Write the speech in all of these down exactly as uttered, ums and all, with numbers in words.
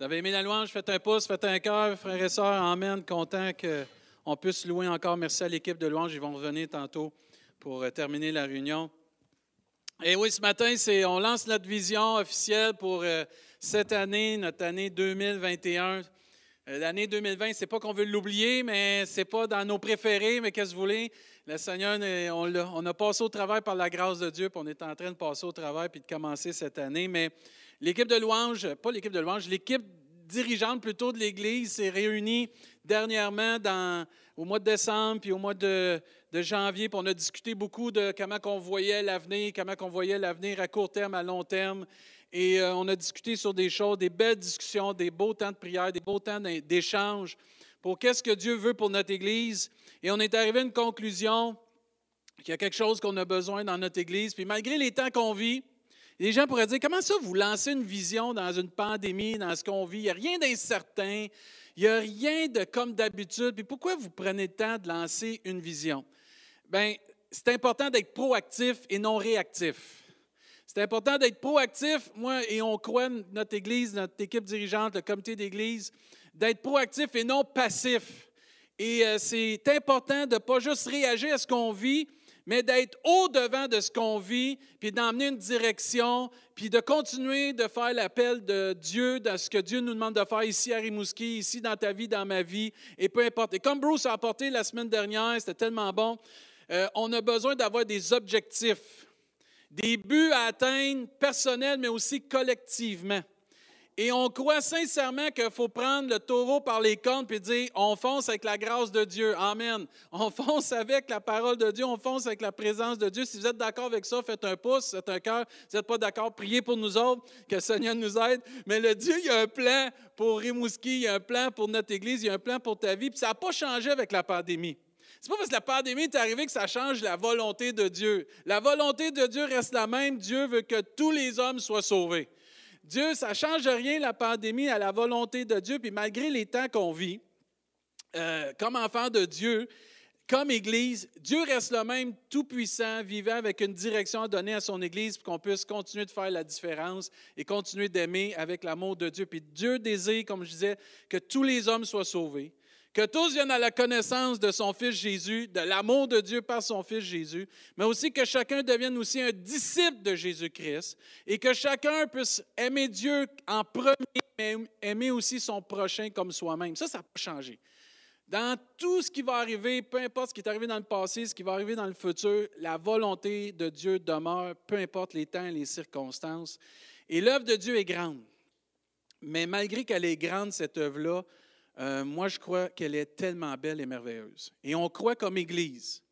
Vous avez aimé la louange? Faites un pouce, faites un cœur, frères et sœurs. Amen. Content qu'on puisse louer encore. Merci à l'équipe de louange. Ils vont revenir tantôt pour terminer la réunion. Et oui, ce matin, c'est, on lance notre vision officielle pour euh, cette année, notre année deux mille vingt et un. Euh, l'année deux mille vingt, c'est pas qu'on veut l'oublier, mais c'est pas dans nos préférés. Mais qu'est-ce que vous voulez? Le Seigneur, on a, on a passé au travers par la grâce de Dieu, puis on est en train de passer au travers puis de commencer cette année. Mais l'équipe de louange, pas l'équipe de louange, l'équipe dirigeante plutôt de l'Église s'est réunie dernièrement dans, au mois de décembre puis au mois de, de janvier. Puis on a discuté beaucoup de comment on voyait l'avenir, comment on voyait l'avenir à court terme, à long terme. Et euh, on a discuté sur des choses, des belles discussions, des beaux temps de prière, des beaux temps d'échange pour qu'est-ce que Dieu veut pour notre Église. Et on est arrivé à une conclusion qu'il y a quelque chose qu'on a besoin dans notre Église. Puis malgré les temps qu'on vit, les gens pourraient dire, comment ça vous lancez une vision dans une pandémie, dans ce qu'on vit? Il n'y a rien d'incertain, il n'y a rien de comme d'habitude. Puis pourquoi vous prenez le temps de lancer une vision? Bien, c'est important d'être proactif et non réactif. C'est important d'être proactif, moi, et on croit, notre Église, notre équipe dirigeante, le comité d'Église, d'être proactif et non passif. Et euh, c'est important de ne pas juste réagir à ce qu'on vit, mais d'être au-devant de ce qu'on vit, puis d'emmener une direction, puis de continuer de faire l'appel de Dieu dans ce que Dieu nous demande de faire ici à Rimouski, ici dans ta vie, dans ma vie, et peu importe. Et comme Bruce a apporté la semaine dernière, c'était tellement bon, euh, on a besoin d'avoir des objectifs, des buts à atteindre personnels, mais aussi collectivement. Et on croit sincèrement qu'il faut prendre le taureau par les cornes et dire, on fonce avec la grâce de Dieu. Amen. On fonce avec la parole de Dieu, on fonce avec la présence de Dieu. Si vous êtes d'accord avec ça, faites un pouce, faites un cœur. Si vous n'êtes pas d'accord, priez pour nous autres, que le Seigneur nous aide. Mais le Dieu, il y a un plan pour Rimouski, il y a un plan pour notre Église, il y a un plan pour ta vie. Puis ça n'a pas changé avec la pandémie. C'est pas parce que la pandémie est arrivée que ça change la volonté de Dieu. La volonté de Dieu reste la même. Dieu veut que tous les hommes soient sauvés. Dieu, ça ne change rien, la pandémie, à la volonté de Dieu. Puis malgré les temps qu'on vit, euh, comme enfant de Dieu, comme Église, Dieu reste le même, tout-puissant, vivant avec une direction à donner à son Église pour qu'on puisse continuer de faire la différence et continuer d'aimer avec l'amour de Dieu. Puis Dieu désire, comme je disais, que tous les hommes soient sauvés. Que tous viennent à la connaissance de son Fils Jésus, de l'amour de Dieu par son Fils Jésus, mais aussi que chacun devienne aussi un disciple de Jésus-Christ et que chacun puisse aimer Dieu en premier, mais aimer aussi son prochain comme soi-même. Ça, ça n'a pas changé. Dans tout ce qui va arriver, peu importe ce qui est arrivé dans le passé, ce qui va arriver dans le futur, la volonté de Dieu demeure, peu importe les temps et les circonstances. Et l'œuvre de Dieu est grande. Mais malgré qu'elle est grande, cette œuvre-là, Euh, moi, je crois qu'elle est tellement belle et merveilleuse. Et on croit comme Église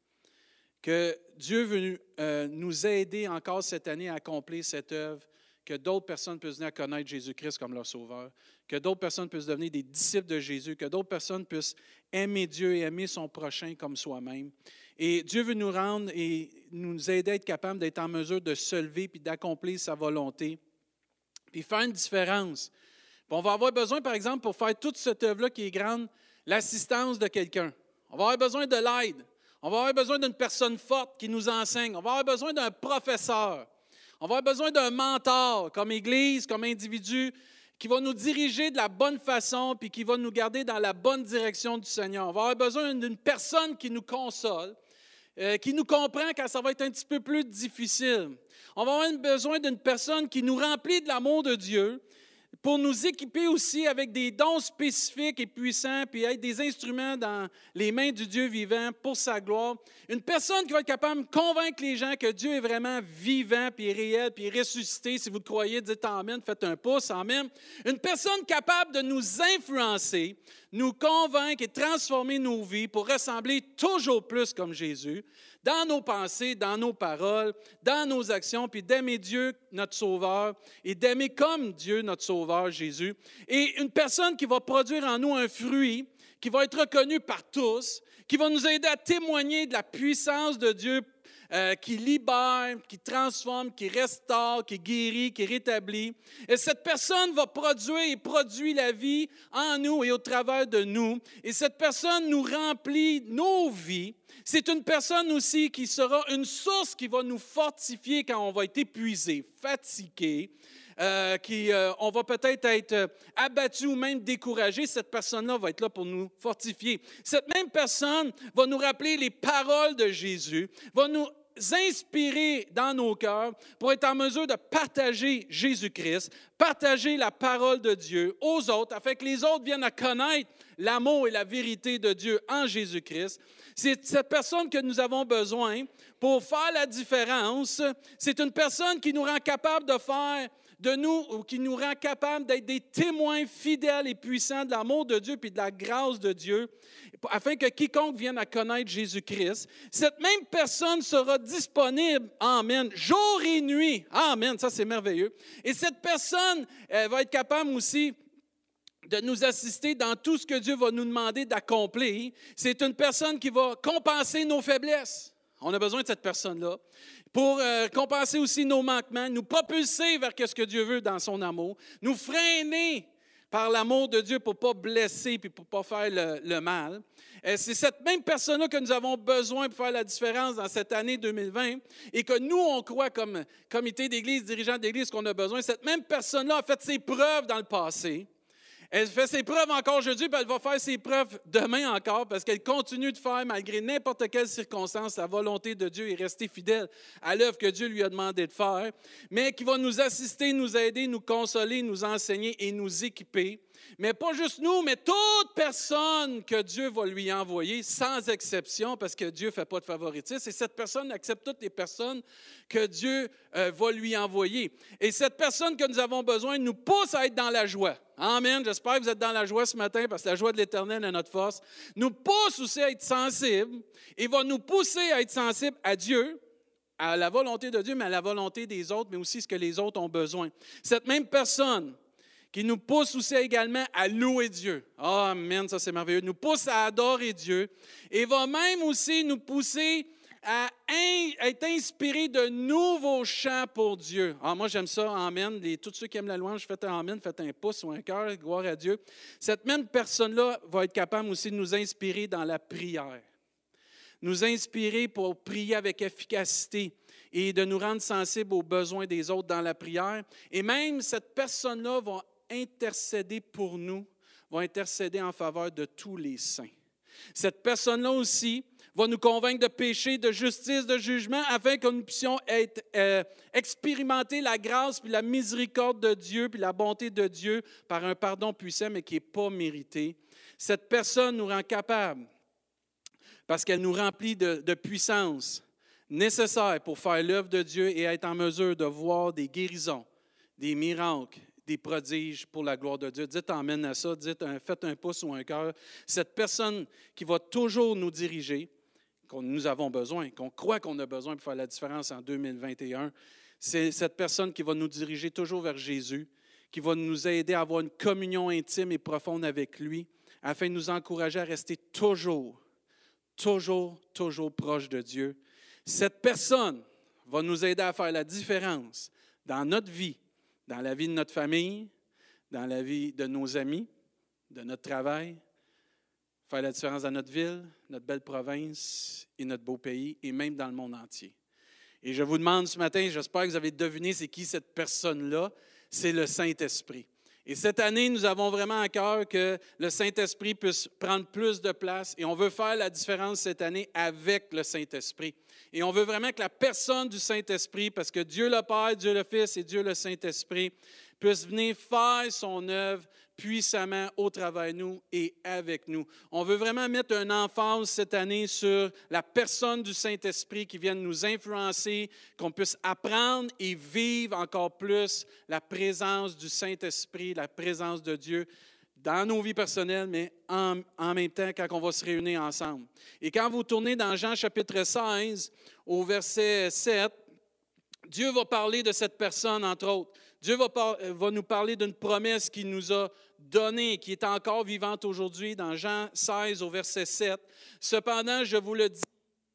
que Dieu veut euh, nous aider encore cette année à accomplir cette œuvre, que d'autres personnes puissent venir connaître Jésus-Christ comme leur Sauveur, que d'autres personnes puissent devenir des disciples de Jésus, que d'autres personnes puissent aimer Dieu et aimer son prochain comme soi-même. Et Dieu veut nous rendre et nous aider à être capables d'être en mesure de se lever puis d'accomplir sa volonté, puis faire une différence. On va avoir besoin, par exemple, pour faire toute cette œuvre-là qui est grande, l'assistance de quelqu'un. On va avoir besoin de l'aide. On va avoir besoin d'une personne forte qui nous enseigne. On va avoir besoin d'un professeur. On va avoir besoin d'un mentor, comme Église, comme individu, qui va nous diriger de la bonne façon puis qui va nous garder dans la bonne direction du Seigneur. On va avoir besoin d'une personne qui nous console, euh, qui nous comprend quand ça va être un petit peu plus difficile. On va avoir besoin d'une personne qui nous remplit de l'amour de Dieu, pour nous équiper aussi avec des dons spécifiques et puissants, puis être des instruments dans les mains du Dieu vivant pour sa gloire. Une personne qui va être capable de convaincre les gens que Dieu est vraiment vivant, puis réel, puis ressuscité. Si vous le croyez, dites Amen, faites un pouce, Amen. Une personne capable de nous influencer, nous convaincre et transformer nos vies pour ressembler toujours plus comme Jésus, dans nos pensées, dans nos paroles, dans nos actions, puis d'aimer Dieu, notre Sauveur, et d'aimer comme Dieu, notre Sauveur, Jésus. Et une personne qui va produire en nous un fruit, qui va être reconnu par tous, qui va nous aider à témoigner de la puissance de Dieu euh, qui libère, qui transforme, qui restaure, qui guérit, qui rétablit. Et cette personne va produire et produit la vie en nous et au travers de nous. Et cette personne nous remplit nos vies. C'est une personne aussi qui sera une source qui va nous fortifier quand on va être épuisé, fatigué, euh, qui, euh, on va peut-être être euh, abattu ou même découragé, cette personne-là va être là pour nous fortifier. Cette même personne va nous rappeler les paroles de Jésus, va nous inspirer dans nos cœurs pour être en mesure de partager Jésus-Christ, partager la parole de Dieu aux autres, afin que les autres viennent à connaître l'amour et la vérité de Dieu en Jésus-Christ. C'est cette personne que nous avons besoin pour faire la différence. C'est une personne qui nous rend capable de faire de nous, ou qui nous rend capable d'être des témoins fidèles et puissants de l'amour de Dieu puis de la grâce de Dieu, afin que quiconque vienne à connaître Jésus-Christ, cette même personne sera disponible, amen, jour et nuit, amen, ça c'est merveilleux. Et cette personne elle va être capable aussi de nous assister dans tout ce que Dieu va nous demander d'accomplir. C'est une personne qui va compenser nos faiblesses. On a besoin de cette personne-là pour euh, compenser aussi nos manquements, nous propulser vers ce que Dieu veut dans son amour, nous freiner par l'amour de Dieu pour ne pas blesser et pour ne pas faire le, le mal. Et c'est cette même personne-là que nous avons besoin pour faire la différence dans cette année deux mille vingt et que nous, on croit comme comité d'Église, dirigeant d'Église qu'on a besoin. Cette même personne-là a fait ses preuves dans le passé. Elle fait ses preuves encore aujourd'hui, puis elle va faire ses preuves demain encore, parce qu'elle continue de faire, malgré n'importe quelle circonstance, la volonté de Dieu et rester fidèle à l'œuvre que Dieu lui a demandé de faire, mais qui va nous assister, nous aider, nous consoler, nous enseigner et nous équiper. Mais pas juste nous, mais toute personne que Dieu va lui envoyer, sans exception, parce que Dieu ne fait pas de favoritisme, et cette personne accepte toutes les personnes que Dieu euh, va lui envoyer. Et cette personne que nous avons besoin nous pousse à être dans la joie. Amen. J'espère que vous êtes dans la joie ce matin, parce que la joie de l'Éternel est notre force. Nous pousse aussi à être sensibles, et va nous pousser à être sensibles à Dieu, à la volonté de Dieu, mais à la volonté des autres, mais aussi ce que les autres ont besoin. Cette même personne qui nous pousse aussi également à louer Dieu. Amen, ça c'est merveilleux. Nous pousse à adorer Dieu et va même aussi nous pousser à in, être inspirés de nouveaux chants pour Dieu. Ah, moi, j'aime ça, amen. Les, tous ceux qui aiment la louange, faites un amen, faites un pouce ou un cœur, gloire à Dieu. Cette même personne-là va être capable aussi de nous inspirer dans la prière. Nous inspirer pour prier avec efficacité et de nous rendre sensibles aux besoins des autres dans la prière. Et même cette personne-là va intercéder pour nous, va intercéder en faveur de tous les saints. Cette personne-là aussi va nous convaincre de péché, de justice, de jugement, afin que nous puissions être, euh, expérimenter la grâce puis la miséricorde de Dieu puis la bonté de Dieu par un pardon puissant, mais qui n'est pas mérité. Cette personne nous rend capables, parce qu'elle nous remplit de, de puissance nécessaire pour faire l'œuvre de Dieu et être en mesure de voir des guérisons, des miracles, des prodiges pour la gloire de Dieu. Dites amen à ça, dites un, faites un pouce ou un cœur. Cette personne qui va toujours nous diriger, qu'on nous avons besoin, qu'on croit qu'on a besoin pour faire la différence en deux mille vingt et un, c'est cette personne qui va nous diriger toujours vers Jésus, qui va nous aider à avoir une communion intime et profonde avec lui, afin de nous encourager à rester toujours, toujours, toujours proche de Dieu. Cette personne va nous aider à faire la différence dans notre vie, dans la vie de notre famille, dans la vie de nos amis, de notre travail, faire la différence dans notre ville, notre belle province et notre beau pays, et même dans le monde entier. Et je vous demande ce matin, j'espère que vous avez deviné c'est qui cette personne-là, c'est le Saint-Esprit. Et cette année, nous avons vraiment à cœur que le Saint-Esprit puisse prendre plus de place et on veut faire la différence cette année avec le Saint-Esprit. Et on veut vraiment que la personne du Saint-Esprit, parce que Dieu le Père, Dieu le Fils et Dieu le Saint-Esprit, puisse venir faire son œuvre puissamment au travers de nous et avec nous. On veut vraiment mettre un emphase cette année sur la personne du Saint-Esprit qui vienne nous influencer, qu'on puisse apprendre et vivre encore plus la présence du Saint-Esprit, la présence de Dieu dans nos vies personnelles, mais en, en même temps quand on va se réunir ensemble. Et quand vous tournez dans Jean chapitre seize, au verset sept, Dieu va parler de cette personne, entre autres. Dieu va, par, va nous parler d'une promesse qu'il nous a donnée, qui est encore vivante aujourd'hui, dans Jean seize, au verset sept. « Cependant, je vous le dis,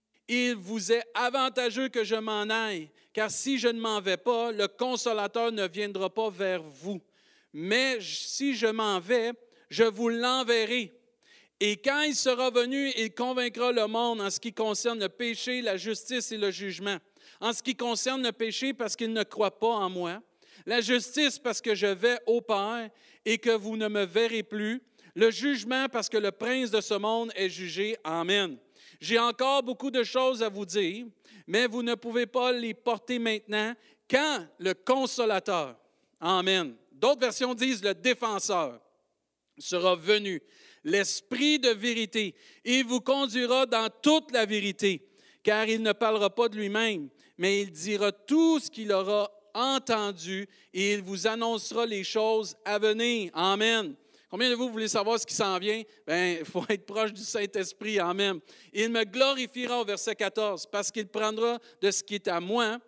il vous est avantageux que je m'en aille, car si je ne m'en vais pas, le Consolateur ne viendra pas vers vous. Mais si je m'en vais, je vous l'enverrai. Et quand il sera venu, il convaincra le monde en ce qui concerne le péché, la justice et le jugement. En ce qui concerne le péché, parce qu'il ne croit pas en moi. La justice parce que je vais au Père et que vous ne me verrez plus. Le jugement parce que le prince de ce monde est jugé. Amen. J'ai encore beaucoup de choses à vous dire, mais vous ne pouvez pas les porter maintenant. Quand le consolateur, amen, d'autres versions disent le défenseur, sera venu, l'esprit de vérité, il vous conduira dans toute la vérité, car il ne parlera pas de lui-même, mais il dira tout ce qu'il aura entendu et il vous annoncera les choses à venir. Amen. Combien de vous voulez savoir ce qui s'en vient? Bien, il faut être proche du Saint-Esprit. Amen. Il me glorifiera au verset quatorze, parce qu'il prendra de ce qui est à moi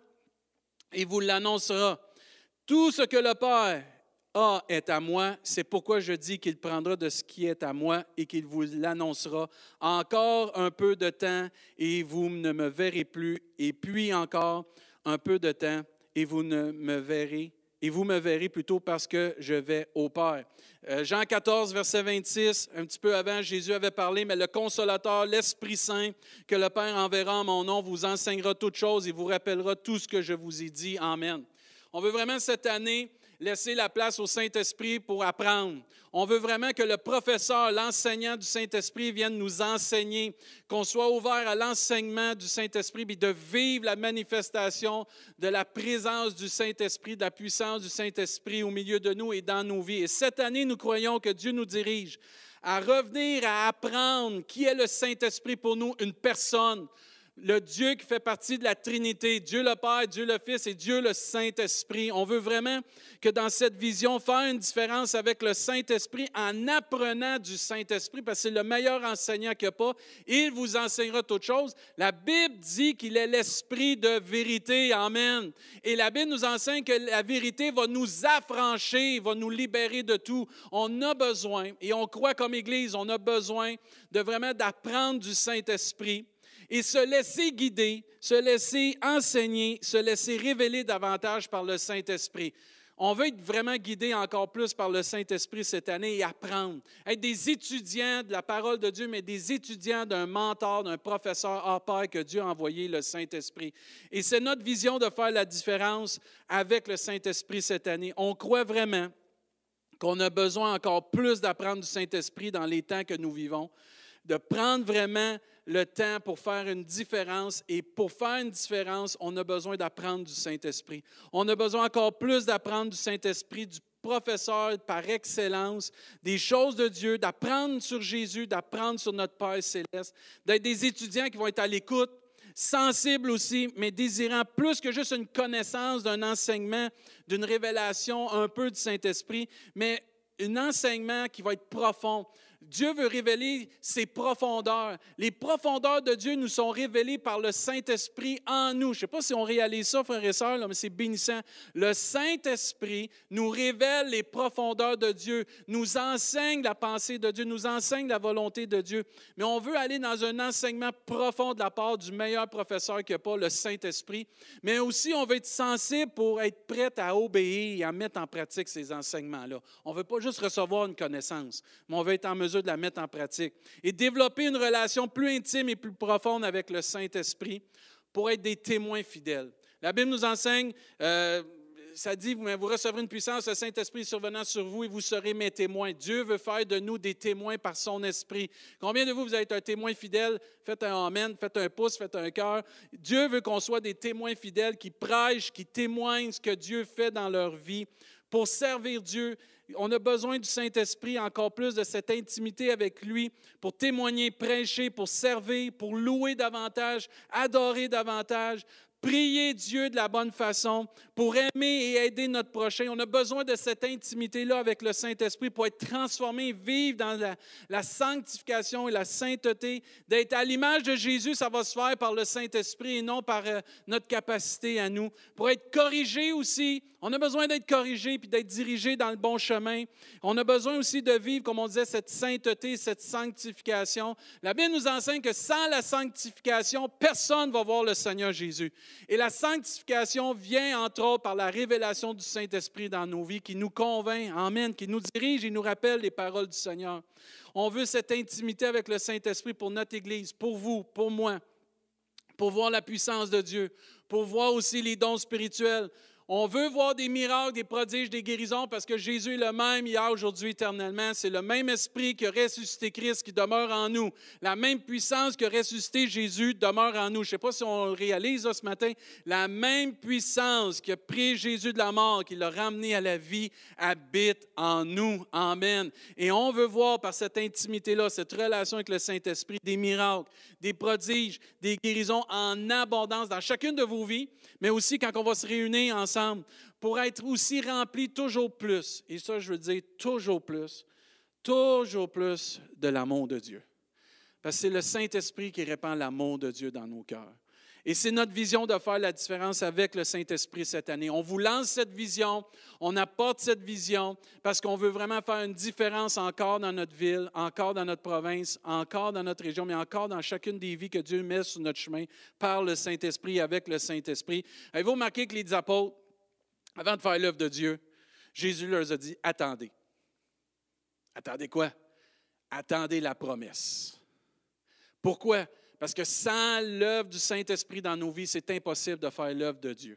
et vous l'annoncera. Tout ce que le Père a est à moi. C'est pourquoi je dis qu'il prendra de ce qui est à moi et qu'il vous l'annoncera. Encore un peu de temps et vous ne me verrez plus. Et puis encore un peu de temps et vous ne me verrez Et vous me verrez plutôt parce que je vais au Père. Euh, Jean quatorze, verset vingt-six, un petit peu avant, Jésus avait parlé, mais le Consolateur, l'Esprit Saint, que le Père enverra en mon nom, vous enseignera toutes choses et vous rappellera tout ce que je vous ai dit. Amen. On veut vraiment cette année laisser la place au Saint-Esprit pour apprendre. On veut vraiment que le professeur, l'enseignant du Saint-Esprit vienne nous enseigner, qu'on soit ouvert à l'enseignement du Saint-Esprit et de vivre la manifestation de la présence du Saint-Esprit, de la puissance du Saint-Esprit au milieu de nous et dans nos vies. Et cette année, nous croyons que Dieu nous dirige à revenir à apprendre qui est le Saint-Esprit pour nous, une personne. Le Dieu qui fait partie de la Trinité, Dieu le Père, Dieu le Fils et Dieu le Saint-Esprit. On veut vraiment que dans cette vision, faire une différence avec le Saint-Esprit en apprenant du Saint-Esprit, parce que c'est le meilleur enseignant qu'il n'y a pas. Il vous enseignera toutes choses. La Bible dit qu'il est l'Esprit de vérité. Amen. Et la Bible nous enseigne que la vérité va nous affranchir, va nous libérer de tout. On a besoin, et on croit comme Église, on a besoin de vraiment d'apprendre du Saint-Esprit. Et se laisser guider, se laisser enseigner, se laisser révéler davantage par le Saint-Esprit. On veut être vraiment guidé encore plus par le Saint-Esprit cette année et apprendre. Être des étudiants de la parole de Dieu, mais des étudiants d'un mentor, d'un professeur hors pair que Dieu a envoyé, le Saint-Esprit. Et c'est notre vision de faire la différence avec le Saint-Esprit cette année. On croit vraiment qu'on a besoin encore plus d'apprendre du Saint-Esprit dans les temps que nous vivons, de prendre vraiment le temps pour faire une différence. Et pour faire une différence, on a besoin d'apprendre du Saint-Esprit. On a besoin encore plus d'apprendre du Saint-Esprit, du professeur par excellence, des choses de Dieu, d'apprendre sur Jésus, d'apprendre sur notre Père céleste, d'être des étudiants qui vont être à l'écoute, sensibles aussi, mais désirant plus que juste une connaissance d'un enseignement, d'une révélation un peu du Saint-Esprit, mais un enseignement qui va être profond. Dieu veut révéler ses profondeurs. Les profondeurs de Dieu nous sont révélées par le Saint-Esprit en nous. Je ne sais pas si on réalise ça, frères et sœurs, là, mais c'est bénissant. Le Saint-Esprit nous révèle les profondeurs de Dieu, nous enseigne la pensée de Dieu, nous enseigne la volonté de Dieu. Mais on veut aller dans un enseignement profond de la part du meilleur professeur qu'il n'y a pas, le Saint-Esprit. Mais aussi, on veut être sensible pour être prêt à obéir et à mettre en pratique ces enseignements-là. On ne veut pas juste recevoir une connaissance, mais on veut être en mesure de la mettre en pratique et développer une relation plus intime et plus profonde avec le Saint-Esprit pour être des témoins fidèles. La Bible nous enseigne, euh, ça dit, vous, vous recevrez une puissance, le Saint-Esprit survenant sur vous et vous serez mes témoins. Dieu veut faire de nous des témoins par son Esprit. Combien de vous, vous êtes un témoin fidèle? Faites un amen, faites un pouce, faites un cœur. Dieu veut qu'on soit des témoins fidèles qui prêchent, qui témoignent ce que Dieu fait dans leur vie pour servir Dieu. On a besoin du Saint-Esprit, encore plus de cette intimité avec lui, pour témoigner, prêcher, pour servir, pour louer davantage, adorer davantage, prier Dieu de la bonne façon, pour aimer et aider notre prochain. On a besoin de cette intimité-là avec le Saint-Esprit pour être transformé, vivre dans la, la sanctification et la sainteté. D'être à l'image de Jésus, ça va se faire par le Saint-Esprit et non par euh, notre capacité à nous. Pour être corrigé aussi, on a besoin d'être corrigé puis d'être dirigé dans le bon chemin. On a besoin aussi de vivre, comme on disait, cette sainteté, cette sanctification. La Bible nous enseigne que sans la sanctification, personne ne va voir le Seigneur Jésus. Et la sanctification vient, entre autres, par la révélation du Saint-Esprit dans nos vies qui nous convainc, amen, qui nous dirige et nous rappelle les paroles du Seigneur. On veut cette intimité avec le Saint-Esprit pour notre Église, pour vous, pour moi, pour voir la puissance de Dieu, pour voir aussi les dons spirituels. On veut voir des miracles, des prodiges, des guérisons parce que Jésus est le même hier, aujourd'hui, éternellement. C'est le même esprit qui a ressuscité Christ qui demeure en nous. La même puissance qui a ressuscité Jésus demeure en nous. Je ne sais pas si on le réalise là, ce matin. La même puissance qui a pris Jésus de la mort, qui l'a ramené à la vie, habite en nous. Amen. Et on veut voir par cette intimité-là, cette relation avec le Saint-Esprit, des miracles, des prodiges, des guérisons en abondance dans chacune de vos vies, mais aussi quand on va se réunir ensemble pour être aussi remplis toujours plus. Et ça, je veux dire toujours plus, toujours plus de l'amour de Dieu. Parce que c'est le Saint-Esprit qui répand l'amour de Dieu dans nos cœurs. Et c'est notre vision de faire la différence avec le Saint-Esprit cette année. On vous lance cette vision, on apporte cette vision parce qu'on veut vraiment faire une différence encore dans notre ville, encore dans notre province, encore dans notre région, mais encore dans chacune des vies que Dieu met sur notre chemin par le Saint-Esprit, avec le Saint-Esprit. Avez-vous remarqué que les apôtres, avant de faire l'œuvre de Dieu, Jésus leur a dit « Attendez. » Attendez quoi? Attendez la promesse. Pourquoi? Parce que sans l'œuvre du Saint-Esprit dans nos vies, c'est impossible de faire l'œuvre de Dieu.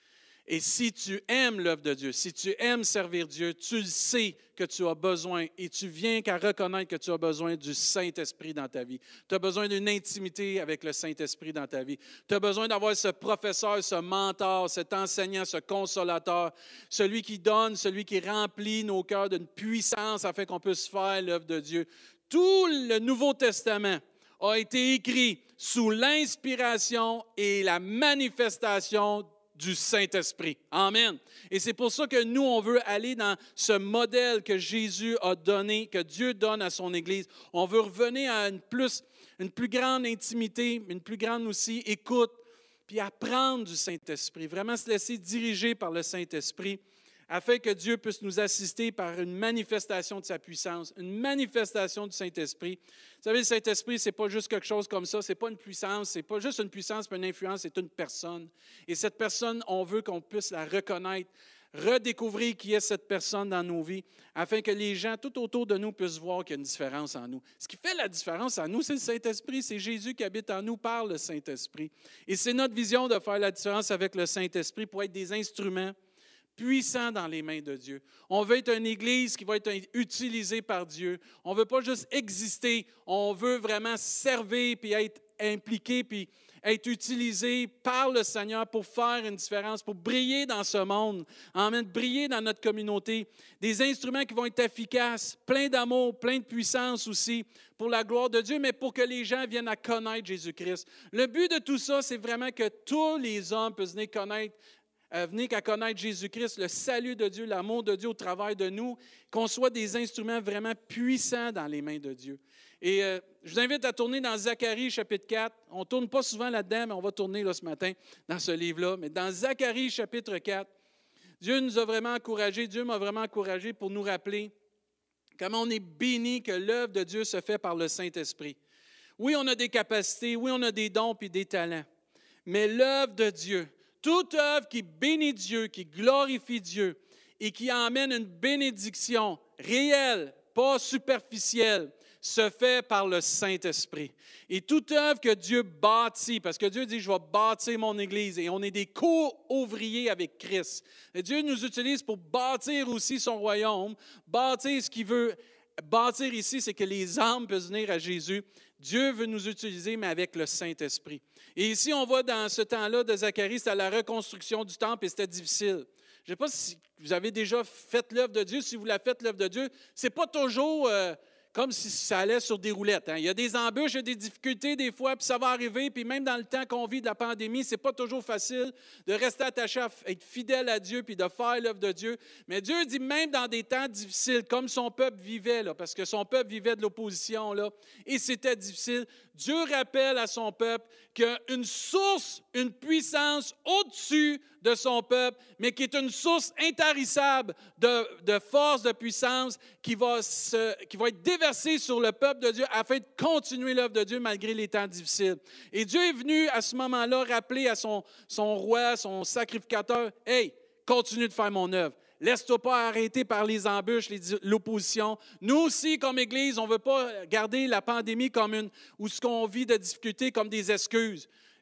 Et si tu aimes l'œuvre de Dieu, si tu aimes servir Dieu, tu sais que tu as besoin et tu viens qu'à reconnaître que tu as besoin du Saint-Esprit dans ta vie. Tu as besoin d'une intimité avec le Saint-Esprit dans ta vie. Tu as besoin d'avoir ce professeur, ce mentor, cet enseignant, ce consolateur, celui qui donne, celui qui remplit nos cœurs d'une puissance afin qu'on puisse faire l'œuvre de Dieu. Tout le Nouveau Testament a été écrit sous l'inspiration et la manifestation du Saint-Esprit. Amen. Et c'est pour ça que nous, on veut aller dans ce modèle que Jésus a donné, que Dieu donne à son Église. On veut revenir à une plus, une plus grande intimité, une plus grande aussi écoute, puis apprendre du Saint-Esprit, vraiment se laisser diriger par le Saint-Esprit, afin que Dieu puisse nous assister par une manifestation de sa puissance, une manifestation du Saint-Esprit. Vous savez, le Saint-Esprit, ce n'est pas juste quelque chose comme ça, ce n'est pas une puissance, ce n'est pas juste une puissance, mais une influence, c'est une personne. Et cette personne, on veut qu'on puisse la reconnaître, redécouvrir qui est cette personne dans nos vies, afin que les gens tout autour de nous puissent voir qu'il y a une différence en nous. Ce qui fait la différence en nous, c'est le Saint-Esprit, c'est Jésus qui habite en nous par le Saint-Esprit. Et c'est notre vision de faire la différence avec le Saint-Esprit pour être des instruments puissant dans les mains de Dieu. On veut être une Église qui va être utilisée par Dieu. On ne veut pas juste exister, on veut vraiment servir puis être impliqué puis être utilisé par le Seigneur pour faire une différence, pour briller dans ce monde, en briller dans notre communauté. Des instruments qui vont être efficaces, pleins d'amour, pleins de puissance aussi, pour la gloire de Dieu, mais pour que les gens viennent à connaître Jésus-Christ. Le but de tout ça, c'est vraiment que tous les hommes puissent venir connaître Euh, venez qu'à connaître Jésus-Christ, le salut de Dieu, l'amour de Dieu au travers de nous, qu'on soit des instruments vraiment puissants dans les mains de Dieu. Et euh, je vous invite à tourner dans Zacharie, chapitre quatre. On ne tourne pas souvent là-dedans, mais on va tourner là, ce matin dans ce livre-là. Mais dans Zacharie, chapitre quatre, Dieu nous a vraiment encouragés, Dieu m'a vraiment encouragé pour nous rappeler comment on est béni que l'œuvre de Dieu se fait par le Saint-Esprit. Oui, on a des capacités, oui, on a des dons et des talents, mais l'œuvre de Dieu, toute œuvre qui bénit Dieu, qui glorifie Dieu et qui emmène une bénédiction réelle, pas superficielle, se fait par le Saint-Esprit. Et toute œuvre que Dieu bâtit, parce que Dieu dit « Je vais bâtir mon Église » et on est des co-ouvriers avec Christ. Et Dieu nous utilise pour bâtir aussi son royaume, bâtir ce qu'il veut. Bâtir ici, c'est que les âmes puissent venir à Jésus. Dieu veut nous utiliser, mais avec le Saint-Esprit. Et ici, on voit dans ce temps-là de Zacharie, c'était la reconstruction du temple et c'était difficile. Je ne sais pas si vous avez déjà fait l'œuvre de Dieu. Si vous la faites l'œuvre de Dieu, ce n'est pas toujours euh, comme si ça allait sur des roulettes. Hein. Il y a des embûches, il y a des difficultés des fois, puis ça va arriver. Puis même dans le temps qu'on vit de la pandémie, ce n'est pas toujours facile de rester attaché à être fidèle à Dieu puis de faire l'œuvre de Dieu. Mais Dieu dit même dans des temps difficiles, comme son peuple vivait, là, parce que son peuple vivait de l'opposition, là, et c'était difficile, Dieu rappelle à son peuple qu'il y a une source, une puissance au-dessus de son peuple, mais qui est une source intarissable de, de force, de puissance, qui va, se, qui va être déversée sur le peuple de Dieu afin de continuer l'œuvre de Dieu malgré les temps difficiles. Et Dieu est venu à ce moment-là rappeler à son, son roi, son sacrificateur, « Hey, continue de faire mon œuvre. Laisse-toi pas arrêter par les embûches, les, l'opposition. Nous aussi, comme Église, on ne veut pas garder la pandémie comme une, ou ce qu'on vit de difficultés comme des excuses.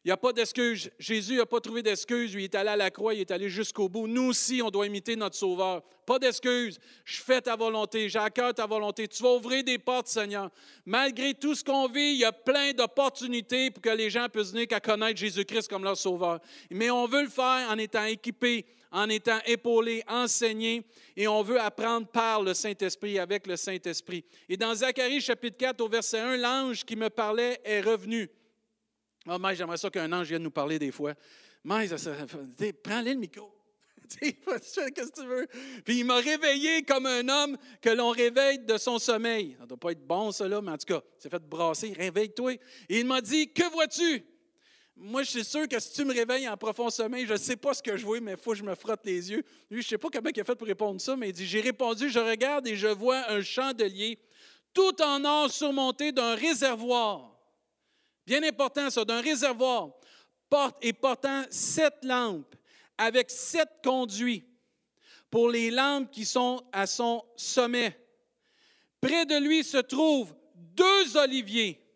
Il n'y a pas d'excuse. Jésus n'a pas trouvé d'excuse. Lui, il est allé à la croix, il est allé jusqu'au bout. Nous aussi, on doit imiter notre Sauveur. Pas d'excuse. Je fais ta volonté. J'ai à cœur ta volonté. Tu vas ouvrir des portes, Seigneur. Malgré tout ce qu'on vit, il y a plein d'opportunités pour que les gens puissent venir qu'à connaître Jésus-Christ comme leur Sauveur. Mais on veut le faire en étant équipés, en étant épaulés, enseignés, et on veut apprendre par le Saint-Esprit, avec le Saint-Esprit. Et dans Zacharie, chapitre quatre, au verset un, l'ange qui me parlait est revenu. Ah, oh, mais j'aimerais ça qu'un ange vienne nous parler des fois. Mais, ça, ça, prends-le le micro. Qu'est-ce que tu veux? Puis il m'a réveillé comme un homme que l'on réveille de son sommeil. Ça ne doit pas être bon, ça, là, mais en tout cas, c'est fait brasser. Réveille-toi. Et il m'a dit, que vois-tu? Moi, je suis sûr que si tu me réveilles en profond sommeil, je ne sais pas ce que je vois, mais il faut que je me frotte les yeux. Lui, je ne sais pas comment il a fait pour répondre ça, mais il dit, j'ai répondu, je regarde et je vois un chandelier tout en or surmonté d'un réservoir. Bien important, ça, d'un réservoir, porte et portant sept lampes, avec sept conduits pour les lampes qui sont à son sommet. Près de lui se trouvent deux oliviers,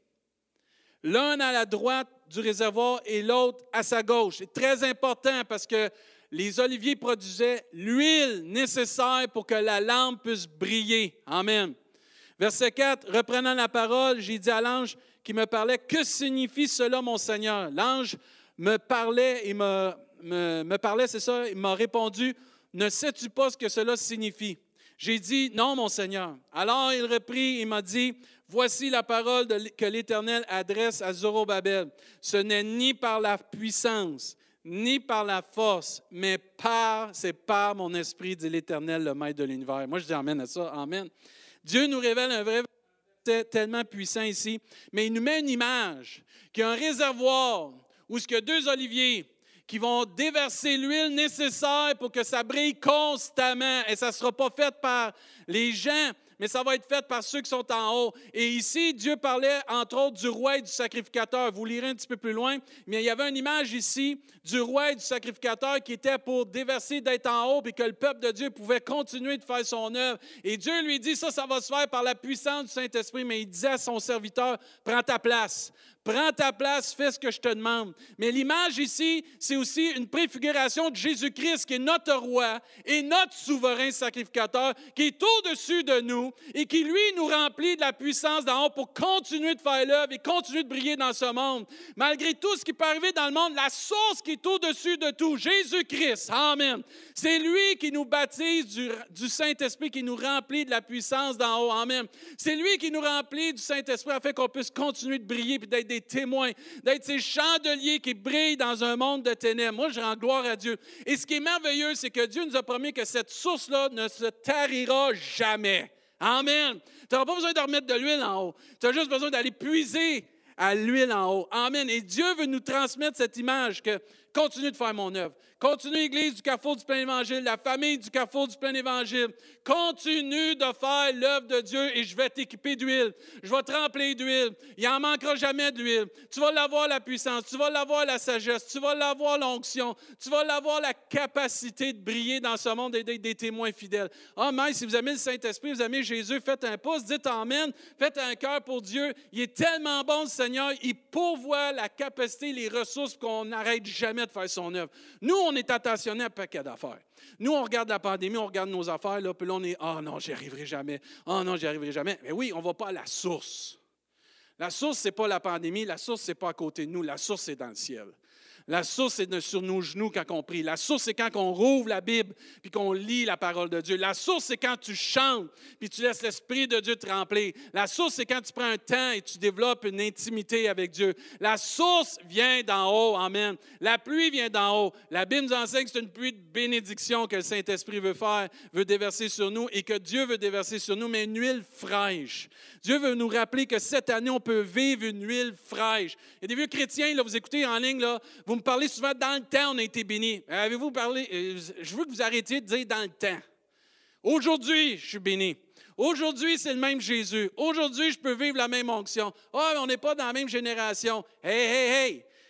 l'un à la droite du réservoir et l'autre à sa gauche. C'est très important parce que les oliviers produisaient l'huile nécessaire pour que la lampe puisse briller. Amen. Verset quatre, reprenant la parole, j'ai dit à l'ange qui me parlait, « Que signifie cela, mon Seigneur? » L'ange me parlait, et me, me, me parlait, c'est ça, il m'a répondu, « Ne sais-tu pas ce que cela signifie? » J'ai dit, « Non, mon Seigneur. » Alors il reprit, il m'a dit, « Voici la parole de, que l'Éternel adresse à Zorobabel. Ce n'est ni par la puissance, ni par la force, mais par, c'est par mon esprit, dit l'Éternel, le Maître de l'univers. » Moi, je dis amen à ça, amen. Dieu nous révèle un vrai tellement puissant ici, mais il nous met une image qu'il y a un réservoir où il y a deux oliviers qui vont déverser l'huile nécessaire pour que ça brille constamment. Et ça ne sera pas fait par les gens, mais ça va être fait par ceux qui sont en haut. Et ici, Dieu parlait, entre autres, du roi et du sacrificateur. Vous lirez un petit peu plus loin, mais il y avait une image ici du roi et du sacrificateur qui était pour déverser d'être en haut et que le peuple de Dieu pouvait continuer de faire son œuvre. Et Dieu lui dit, ça, ça va se faire par la puissance du Saint-Esprit, mais il disait à son serviteur, prends ta place. Prends ta place, fais ce que je te demande. Mais l'image ici, c'est aussi une préfiguration de Jésus-Christ qui est notre roi et notre souverain sacrificateur qui est au-dessus de nous et qui, lui, nous remplit de la puissance d'en haut pour continuer de faire l'œuvre et continuer de briller dans ce monde. Malgré tout ce qui peut arriver dans le monde, la source qui est au-dessus de tout, Jésus-Christ, amen. C'est lui qui nous baptise du, du Saint-Esprit, qui nous remplit de la puissance d'en haut, amen. C'est lui qui nous remplit du Saint-Esprit afin qu'on puisse continuer de briller et d'être des témoins, d'être ces chandeliers qui brillent dans un monde de ténèbres. Moi, je rends gloire à Dieu. Et ce qui est merveilleux, c'est que Dieu nous a promis que cette source-là ne se tarira jamais. Amen. Tu n'auras pas besoin de remettre de l'huile en haut. Tu as juste besoin d'aller puiser à l'huile en haut. Amen. Et Dieu veut nous transmettre cette image que continue de faire mon œuvre. Continue l'Église du Carrefour du Plein Évangile, la famille du Carrefour du Plein Évangile. Continue de faire l'œuvre de Dieu et je vais t'équiper d'huile. Je vais te remplir d'huile. Il n'en manquera jamais de l'huile. Tu vas l'avoir la puissance, tu vas l'avoir la sagesse, tu vas l'avoir l'onction, tu vas l'avoir la capacité de briller dans ce monde et d'être des témoins fidèles. Ah, mais si vous aimez le Saint-Esprit, vous aimez Jésus, faites un pouce, dites amen, faites un cœur pour Dieu. Il est tellement bon, le Seigneur, il pourvoit la capacité, les ressources pour qu'on n'arrête jamais de faire son œuvre. Nous, on est attentionnés à un paquet d'affaires. Nous, on regarde la pandémie, on regarde nos affaires, là, puis là, on est « Ah oh non, j'y arriverai jamais. Ah oh non, j'y arriverai jamais. » Mais oui, on ne va pas à la source. La source, ce n'est pas la pandémie. La source, ce n'est pas à côté de nous. La source, c'est dans le ciel. La source, c'est sur nos genoux quand on prie. La source, c'est quand on rouvre la Bible puis qu'on lit la parole de Dieu. La source, c'est quand tu chantes puis tu laisses l'Esprit de Dieu te remplir. La source, c'est quand tu prends un temps et tu développes une intimité avec Dieu. La source vient d'en haut. Amen. La pluie vient d'en haut. La Bible nous enseigne que c'est une pluie de bénédiction que le Saint-Esprit veut faire, veut déverser sur nous et que Dieu veut déverser sur nous, mais une huile fraîche. Dieu veut nous rappeler que cette année, on peut vivre une huile fraîche. Il y a des vieux chrétiens, là, vous écoutez en ligne, là, vous me parlez souvent, dans le temps, on a été bénis. Avez-vous parlé? Je veux que vous arrêtiez de dire dans le temps. Aujourd'hui, je suis béni. Aujourd'hui, c'est le même Jésus. Aujourd'hui, je peux vivre la même onction. Ah, oh, mais on n'est pas dans la même génération. Hey, hey, hey!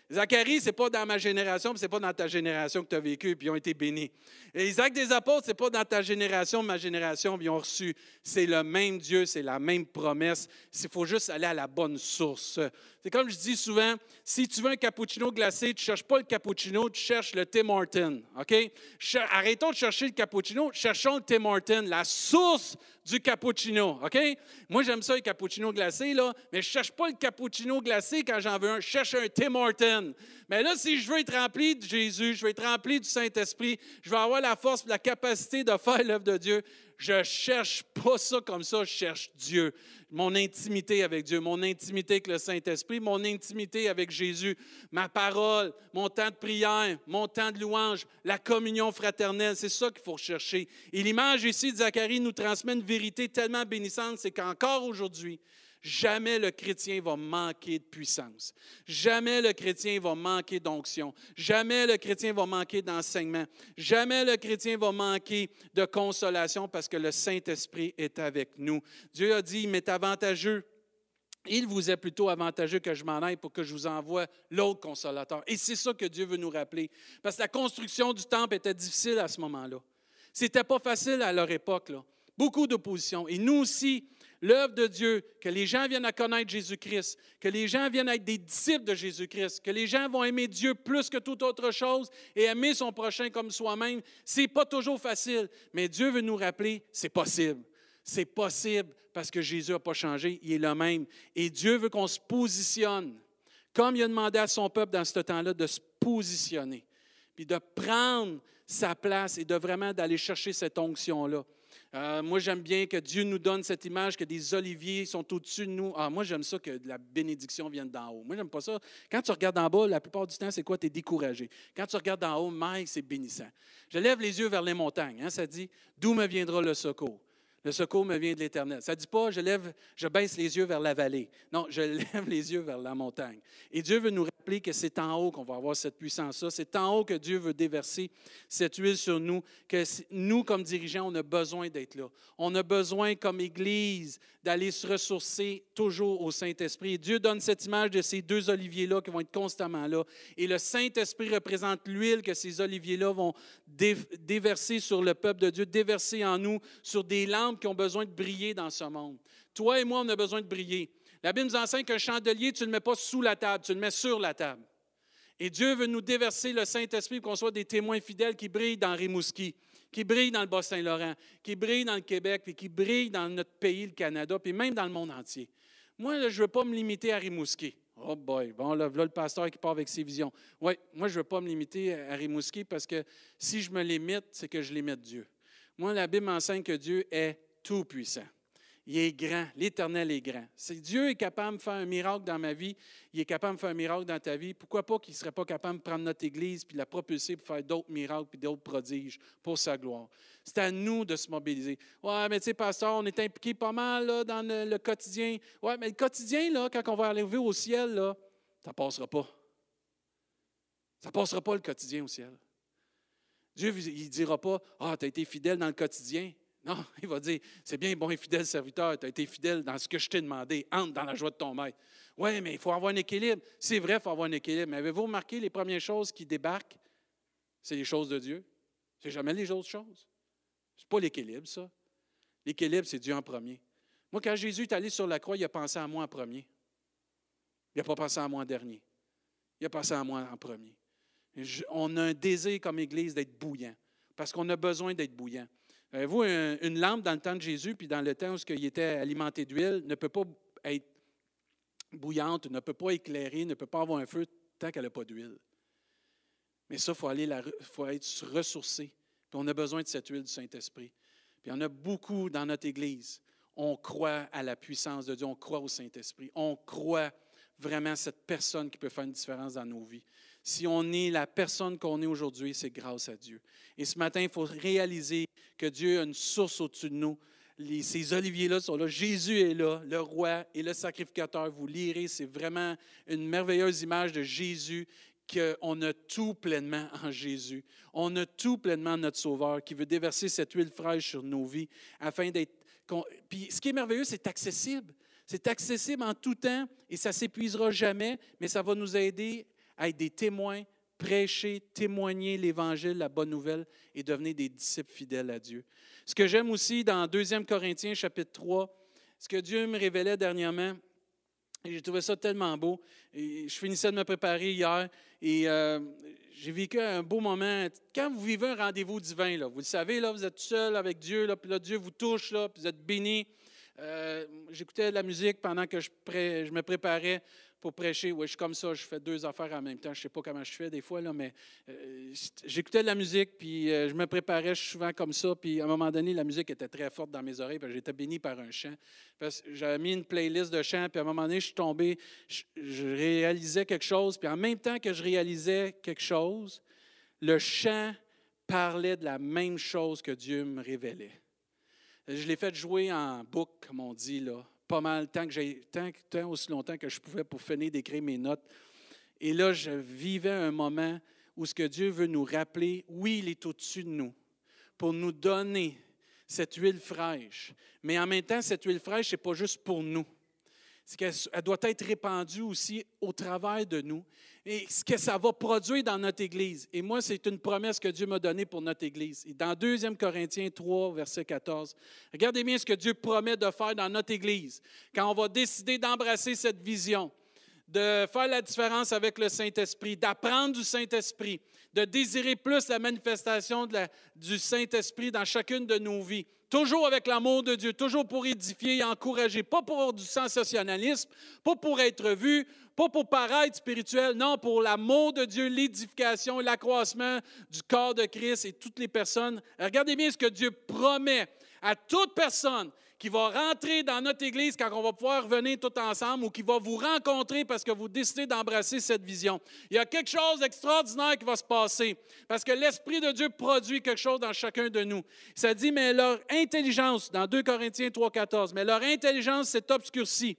Zacharie, ce n'est pas dans ma génération, ce n'est pas dans ta génération que tu as vécu, puis ils ont été bénis. Et les actes des apôtres, ce n'est pas dans ta génération, ma génération, puis ils ont reçu. C'est le même Dieu, c'est la même promesse. Il faut juste aller à la bonne source. C'est comme je dis souvent, si tu veux un cappuccino glacé, tu ne cherches pas le cappuccino, tu cherches le Tim Hortons. OK? Arrêtons de chercher le cappuccino, cherchons le Tim Hortons, la source du cappuccino. OK? Moi, j'aime ça, les cappuccinos glacés, là, mais je ne cherche pas le cappuccino glacé quand j'en veux un. Je cherche un Tim Hortons. Mais là, si je veux être rempli de Jésus, je veux être rempli du Saint-Esprit, je veux avoir la force et la capacité de faire l'œuvre de Dieu, je ne cherche pas ça comme ça, je cherche Dieu. Mon intimité avec Dieu, mon intimité avec le Saint-Esprit, mon intimité avec Jésus, ma parole, mon temps de prière, mon temps de louange, la communion fraternelle, c'est ça qu'il faut rechercher. Et l'image ici de Zacharie nous transmet une vérité tellement bénissante, c'est qu'encore aujourd'hui, jamais le chrétien va manquer de puissance. Jamais le chrétien va manquer d'onction. Jamais le chrétien va manquer d'enseignement. Jamais le chrétien va manquer de consolation parce que le Saint-Esprit est avec nous. Dieu a dit, il m'est avantageux. Il vous est plutôt avantageux que je m'en aille pour que je vous envoie l'autre consolateur. Et c'est ça que Dieu veut nous rappeler. Parce que la construction du temple était difficile à ce moment-là. Ce n'était pas facile à leur époque, là. Beaucoup d'opposition. Et nous aussi, l'œuvre de Dieu, que les gens viennent à connaître Jésus-Christ, que les gens viennent à être des disciples de Jésus-Christ, que les gens vont aimer Dieu plus que toute autre chose et aimer son prochain comme soi-même, ce n'est pas toujours facile. Mais Dieu veut nous rappeler, c'est possible. C'est possible parce que Jésus n'a pas changé, il est le même. Et Dieu veut qu'on se positionne, comme il a demandé à son peuple dans ce temps-là, de se positionner, puis de prendre sa place et de vraiment d'aller chercher cette onction-là. Euh, moi, j'aime bien que Dieu nous donne cette image que des oliviers sont au-dessus de nous. Ah, moi, j'aime ça que la bénédiction vienne d'en haut. Moi, j'aime pas ça. Quand tu regardes en bas, la plupart du temps, c'est quoi? Tu es découragé. Quand tu regardes en haut, Mike, c'est bénissant. Je lève les yeux vers les montagnes. Hein, ça dit, d'où me viendra le secours? Le secours me vient de l'Éternel. Ça ne dit pas, je lève, je baisse les yeux vers la vallée. Non, je lève les yeux vers la montagne. Et Dieu veut nous rappeler que c'est en haut qu'on va avoir cette puissance-là. C'est en haut que Dieu veut déverser cette huile sur nous, que nous, comme dirigeants, on a besoin d'être là. On a besoin, comme Église, d'aller se ressourcer toujours au Saint-Esprit. Et Dieu donne cette image de ces deux oliviers-là qui vont être constamment là. Et le Saint-Esprit représente l'huile que ces oliviers-là vont déverser sur le peuple de Dieu, déverser en nous, sur des lampes qui ont besoin de briller dans ce monde. Toi et moi, on a besoin de briller. La Bible nous enseigne qu'un chandelier, tu ne le mets pas sous la table, tu le mets sur la table. Et Dieu veut nous déverser le Saint-Esprit pour qu'on soit des témoins fidèles qui brillent dans Rimouski, qui brillent dans le Bas-Saint-Laurent, qui brillent dans le Québec, puis qui brillent dans notre pays, le Canada, puis même dans le monde entier. Moi, là, je ne veux pas me limiter à Rimouski. Oh boy, bon, là, là, le pasteur qui part avec ses visions. Oui, moi, je ne veux pas me limiter à Rimouski parce que si je me limite, c'est que je limite Dieu. Moi, la Bible m'enseigne que Dieu est tout-puissant. Il est grand. L'Éternel est grand. Si Dieu est capable de faire un miracle dans ma vie, il est capable de faire un miracle dans ta vie. Pourquoi pas qu'il ne serait pas capable de prendre notre Église et de la propulser pour faire d'autres miracles et d'autres prodiges pour sa gloire? C'est à nous de se mobiliser. Ouais, mais tu sais, pasteur, on est impliqué pas mal là, dans le, le quotidien. Ouais, mais le quotidien, là, quand on va arriver au ciel, là, ça ne passera pas. Ça ne passera pas le quotidien au ciel. Dieu il ne dira pas, ah, tu as été fidèle dans le quotidien. Non, il va dire, c'est bien, bon et fidèle serviteur, tu as été fidèle dans ce que je t'ai demandé, entre dans la joie de ton maître. Oui, mais il faut avoir un équilibre. C'est vrai, il faut avoir un équilibre. Mais avez-vous remarqué les premières choses qui débarquent? C'est les choses de Dieu. C'est jamais les autres choses. Ce n'est pas l'équilibre, ça. L'équilibre, c'est Dieu en premier. Moi, quand Jésus est allé sur la croix, il a pensé à moi en premier. Il n'a pas pensé à moi en dernier. Il a pensé à moi en premier. Je, on a un désir comme Église d'être bouillant, parce qu'on a besoin d'être bouillant. Vous, une lampe dans le temps de Jésus, puis dans le temps où il était alimenté d'huile, ne peut pas être bouillante, ne peut pas éclairer, ne peut pas avoir un feu tant qu'elle n'a pas d'huile. Mais ça, il faut aller la, faut être ressourcé. Puis on a besoin de cette huile du Saint-Esprit. Puis il y en a beaucoup dans notre Église. On croit à la puissance de Dieu, on croit au Saint-Esprit, on croit vraiment à cette personne qui peut faire une différence dans nos vies. Si on est la personne qu'on est aujourd'hui, c'est grâce à Dieu. Et ce matin, il faut réaliser que Dieu a une source au-dessus de nous. Les, ces oliviers-là sont là. Jésus est là, le roi et le sacrificateur. Vous lirez, c'est vraiment une merveilleuse image de Jésus, qu'on a tout pleinement en Jésus. On a tout pleinement en notre Sauveur qui veut déverser cette huile fraîche sur nos vies afin d'être... Puis ce qui est merveilleux, c'est accessible. C'est accessible en tout temps et ça ne s'épuisera jamais, mais ça va nous aider à être des témoins, prêcher, témoigner l'Évangile, la bonne nouvelle et devenir des disciples fidèles à Dieu. Ce que j'aime aussi dans deux Corinthiens chapitre trois, ce que Dieu me révélait dernièrement, et j'ai trouvé ça tellement beau. Et je finissais de me préparer hier et euh, j'ai vécu un beau moment. Quand vous vivez un rendez-vous divin, là, vous le savez, là, vous êtes tout seul avec Dieu, là, puis là, Dieu vous touche, là, puis vous êtes béni. Euh, j'écoutais de la musique pendant que je, pré, je me préparais pour prêcher. Oui, je suis comme ça, je fais deux affaires en même temps. Je ne sais pas comment je fais des fois, là, mais euh, j'écoutais de la musique, puis euh, je me préparais, je suis souvent comme ça. Puis à un moment donné, la musique était très forte dans mes oreilles, parce que j'étais béni par un chant. Parce que j'avais mis une playlist de chants, puis à un moment donné, je suis tombé, je, je réalisais quelque chose, puis en même temps que je réalisais quelque chose, le chant parlait de la même chose que Dieu me révélait. Je l'ai fait jouer en boucle, comme on dit, là, pas mal, tant, que j'ai, tant, tant aussi longtemps que je pouvais pour finir d'écrire mes notes. Et là, je vivais un moment où ce que Dieu veut nous rappeler, oui, il est au-dessus de nous, pour nous donner cette huile fraîche. Mais en même temps, cette huile fraîche, ce n'est pas juste pour nous. C'est qu'elle elle doit être répandue aussi au travers de nous. Et ce que ça va produire dans notre Église. Et moi, c'est une promesse que Dieu m'a donnée pour notre Église. Et dans deux Corinthiens trois, verset quatorze, regardez bien ce que Dieu promet de faire dans notre Église. Quand on va décider d'embrasser cette vision, de faire la différence avec le Saint-Esprit, d'apprendre du Saint-Esprit, de désirer plus la manifestation de la, du Saint-Esprit dans chacune de nos vies. Toujours avec l'amour de Dieu, toujours pour édifier et encourager, pas pour du sensationnalisme, pas pour être vu, pas pour paraître spirituel, non, pour l'amour de Dieu, l'édification et l'accroissement du corps de Christ et toutes les personnes. Regardez bien ce que Dieu promet à toute personne qui va rentrer dans notre Église quand on va pouvoir venir tout ensemble ou qui va vous rencontrer parce que vous décidez d'embrasser cette vision. Il y a quelque chose d'extraordinaire qui va se passer parce que l'Esprit de Dieu produit quelque chose dans chacun de nous. Ça dit, mais leur intelligence, dans deux Corinthiens trois, quatorze, mais leur intelligence s'est obscurcie.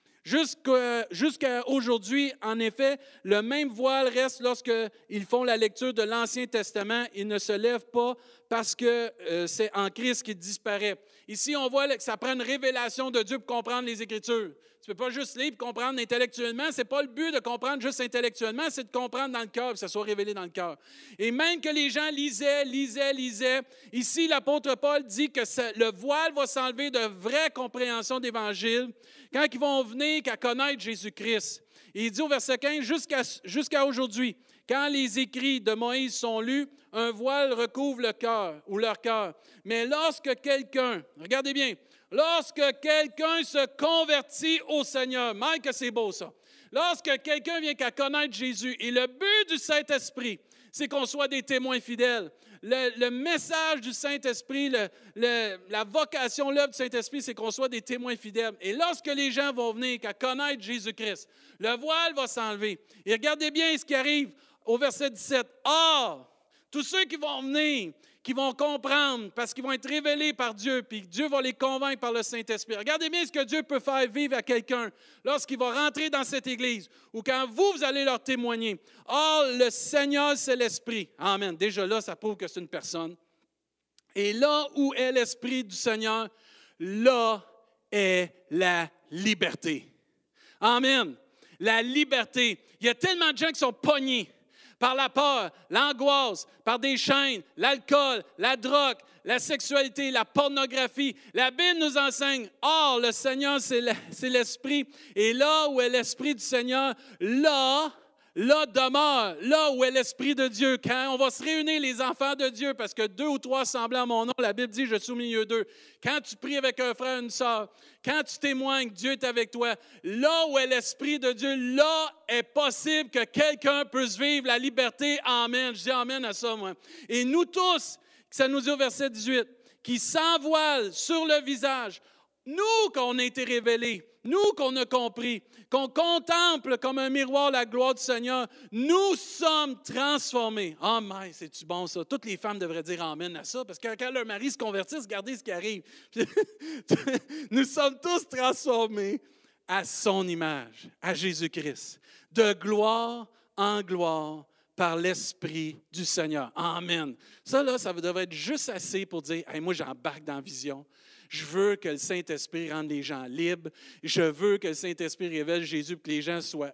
Jusqu'à, jusqu'à aujourd'hui, en effet, le même voile reste lorsqu'ils font la lecture de l'Ancien Testament. Il ne se lève pas parce que euh, c'est en Christ qu'il disparaît. Ici, on voit que ça prend une révélation de Dieu pour comprendre les Écritures. Tu ne peux pas juste lire pour comprendre intellectuellement. Ce n'est pas le but de comprendre juste intellectuellement, c'est de comprendre dans le cœur, que ça soit révélé dans le cœur. Et même que les gens lisaient, lisaient, lisaient, ici, l'apôtre Paul dit que ça, le voile va s'enlever de vraie compréhension d'Évangile quand ils vont venir qu'à connaître Jésus-Christ. Et il dit au verset quinze, jusqu'à, jusqu'à aujourd'hui, quand les écrits de Moïse sont lus, un voile recouvre le cœur ou leur cœur. Mais lorsque quelqu'un, regardez bien, lorsque quelqu'un se convertit au Seigneur, même que c'est beau ça, lorsque quelqu'un vient qu'à connaître Jésus, et le but du Saint-Esprit, c'est qu'on soit des témoins fidèles. Le, le message du Saint-Esprit, le, le, la vocation, l'œuvre du Saint-Esprit, c'est qu'on soit des témoins fidèles. Et lorsque les gens vont venir qu'à connaître Jésus-Christ, le voile va s'enlever. Et regardez bien ce qui arrive au verset dix-sept. Or, tous ceux qui vont venir, qui vont comprendre, parce qu'ils vont être révélés par Dieu, puis Dieu va les convaincre par le Saint-Esprit. Regardez bien ce que Dieu peut faire vivre à quelqu'un lorsqu'il va rentrer dans cette Église, ou quand vous, vous allez leur témoigner. Or, le Seigneur, c'est l'Esprit. Amen. Déjà là, ça prouve que c'est une personne. Et là où est l'Esprit du Seigneur, là est la liberté. Amen. La liberté. Il y a tellement de gens qui sont pognés par la peur, l'angoisse, par des chaînes, l'alcool, la drogue, la sexualité, la pornographie. La Bible nous enseigne, or, le Seigneur, c'est, le, c'est l'Esprit. Et là où est l'Esprit du Seigneur, là, là demeure, là où est l'Esprit de Dieu. Quand on va se réunir, les enfants de Dieu, parce que deux ou trois semblables à mon nom, la Bible dit, je suis au milieu d'eux. Quand tu pries avec un frère, une sœur, quand tu témoignes, Dieu est avec toi. Là où est l'Esprit de Dieu, là est possible que quelqu'un puisse vivre la liberté. Amen. Je dis amen à ça, moi. Et nous tous, ça nous dit au verset dix-huit, qui s'envoilent sur le visage, nous qu'on a été révélés, nous qu'on a compris, qu'on contemple comme un miroir la gloire du Seigneur, nous sommes transformés. Amen, c'est-tu bon ça? Toutes les femmes devraient dire amen à ça, parce que quand leur mari se convertit, regardez ce qui arrive. Nous sommes tous transformés à son image, à Jésus-Christ, de gloire en gloire par l'Esprit du Seigneur. Amen. Ça, là, ça devrait être juste assez pour dire, hey, moi, j'embarque dans la vision. Je veux que le Saint-Esprit rende les gens libres. Je veux que le Saint-Esprit révèle Jésus pour que les gens soient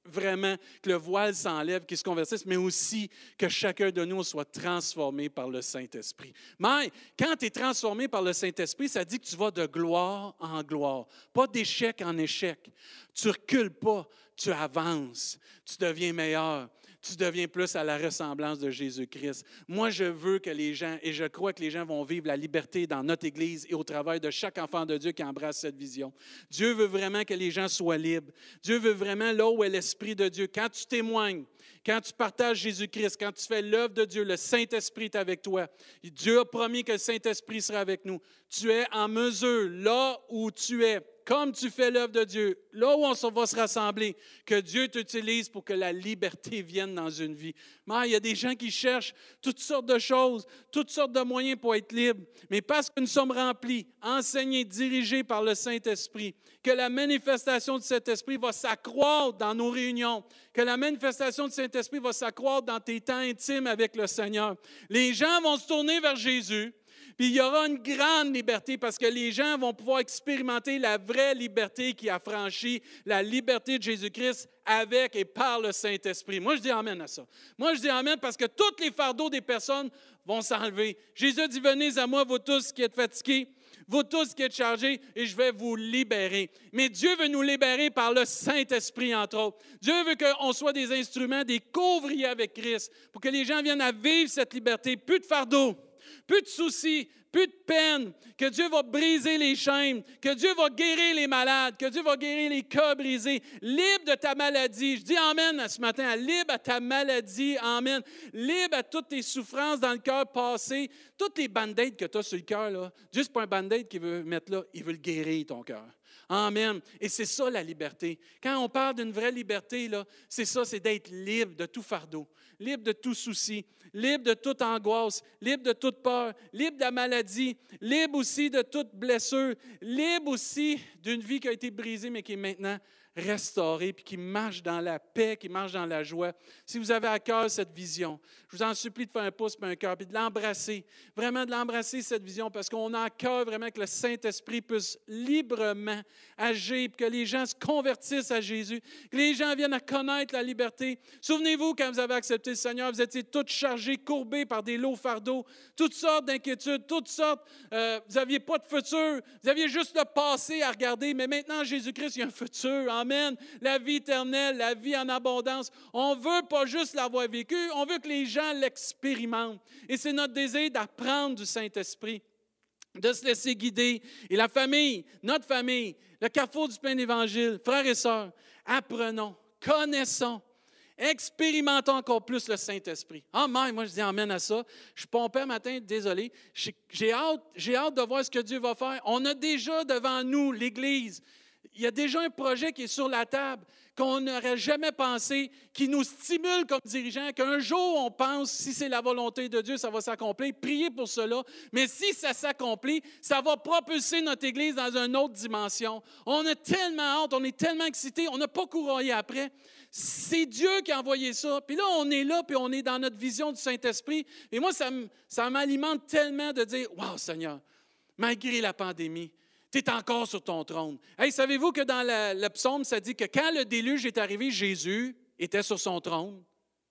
vraiment que le voile s'enlève, qu'ils se convertissent, mais aussi que chacun de nous soit transformé par le Saint-Esprit. Mais quand tu es transformé par le Saint-Esprit, ça dit que tu vas de gloire en gloire, pas d'échec en échec. Tu ne recules pas, tu avances, tu deviens meilleur. Tu deviens plus à la ressemblance de Jésus-Christ. Moi, je veux que les gens, et je crois que les gens vont vivre la liberté dans notre Église et au travail de chaque enfant de Dieu qui embrasse cette vision. Dieu veut vraiment que les gens soient libres. Dieu veut vraiment là où est l'Esprit de Dieu. Quand tu témoignes, quand tu partages Jésus-Christ, quand tu fais l'œuvre de Dieu, le Saint-Esprit est avec toi. Dieu a promis que le Saint-Esprit sera avec nous. Tu es en mesure, là où tu es, comme tu fais l'œuvre de Dieu, là où on va se rassembler, que Dieu t'utilise pour que la liberté vienne dans une vie. Mais il y a des gens qui cherchent toutes sortes de choses, toutes sortes de moyens pour être libres. Mais parce que nous sommes remplis, enseignés, dirigés par le Saint-Esprit, que la manifestation du Saint-Esprit va s'accroître dans nos réunions, que la manifestation du Saint-Esprit va s'accroître dans tes temps intimes avec le Seigneur. Les gens vont se tourner vers Jésus. Puis il y aura une grande liberté parce que les gens vont pouvoir expérimenter la vraie liberté qui a franchi la liberté de Jésus-Christ avec et par le Saint-Esprit. Moi, je dis amen à ça. Moi, je dis amen parce que tous les fardeaux des personnes vont s'enlever. Jésus dit, venez à moi, vous tous qui êtes fatigués, vous tous qui êtes chargés, et je vais vous libérer. Mais Dieu veut nous libérer par le Saint-Esprit, entre autres. Dieu veut qu'on soit des instruments, des couvriers avec Christ, pour que les gens viennent à vivre cette liberté. Plus de fardeaux. Plus de soucis, plus de peine, que Dieu va briser les chaînes, que Dieu va guérir les malades, que Dieu va guérir les cœurs brisés, libre de ta maladie. Je dis amen ce matin, libre à ta maladie, amen. Libre à toutes tes souffrances dans le cœur passé, toutes les band-aids que tu as sur le cœur, là. Dieu, ce n'est pas un band-aid qu'il veut mettre là, il veut le guérir, ton cœur. Amen. Et c'est ça la liberté. Quand on parle d'une vraie liberté, là, c'est ça, c'est d'être libre de tout fardeau, libre de tout souci, libre de toute angoisse, libre de toute peur, libre de la maladie, libre aussi de toute blessure, libre aussi d'une vie qui a été brisée mais qui est maintenant restaurée, puis qui marche dans la paix, qui marche dans la joie. Si vous avez à cœur cette vision, je vous en supplie de faire un pouce et un cœur, puis de l'embrasser, vraiment de l'embrasser cette vision, parce qu'on a à cœur vraiment que le Saint-Esprit puisse librement agir, puis que les gens se convertissent à Jésus, que les gens viennent à connaître la liberté. Souvenez-vous, quand vous avez accepté le Seigneur, vous étiez tous chargés, courbés par des lourds fardeaux, toutes sortes d'inquiétudes, toutes sortes, euh, vous n'aviez pas de futur, vous aviez juste le passé à regarder, mais maintenant, Jésus-Christ, il y a un futur. Amen. La vie éternelle, la vie en abondance. On ne veut pas juste l'avoir vécu, on veut que les gens l'expérimentent. Et c'est notre désir d'apprendre du Saint-Esprit, de se laisser guider. Et la famille, notre famille, le carrefour du plein évangile, frères et sœurs, apprenons, connaissons, expérimentons encore plus le Saint-Esprit. Amen. Moi, je dis amen à ça. Je suis pompé un matin, désolé. J'ai hâte, j'ai hâte de voir ce que Dieu va faire. On a déjà devant nous l'Église. Il y a déjà un projet qui est sur la table qu'on n'aurait jamais pensé, qui nous stimule comme dirigeants, qu'un jour on pense, si c'est la volonté de Dieu, ça va s'accomplir. Priez pour cela. Mais si ça s'accomplit, ça va propulser notre Église dans une autre dimension. On a tellement hâte, on est tellement excités, on n'a pas courroyé après. C'est Dieu qui a envoyé ça. Puis là, on est là, puis on est dans notre vision du Saint-Esprit. Et moi, ça, ça m'alimente tellement de dire, « Wow, Seigneur, malgré la pandémie, tu es encore sur ton trône. » Hey, savez-vous que dans la, le psaume, ça dit que quand le déluge est arrivé, Jésus était sur son trône?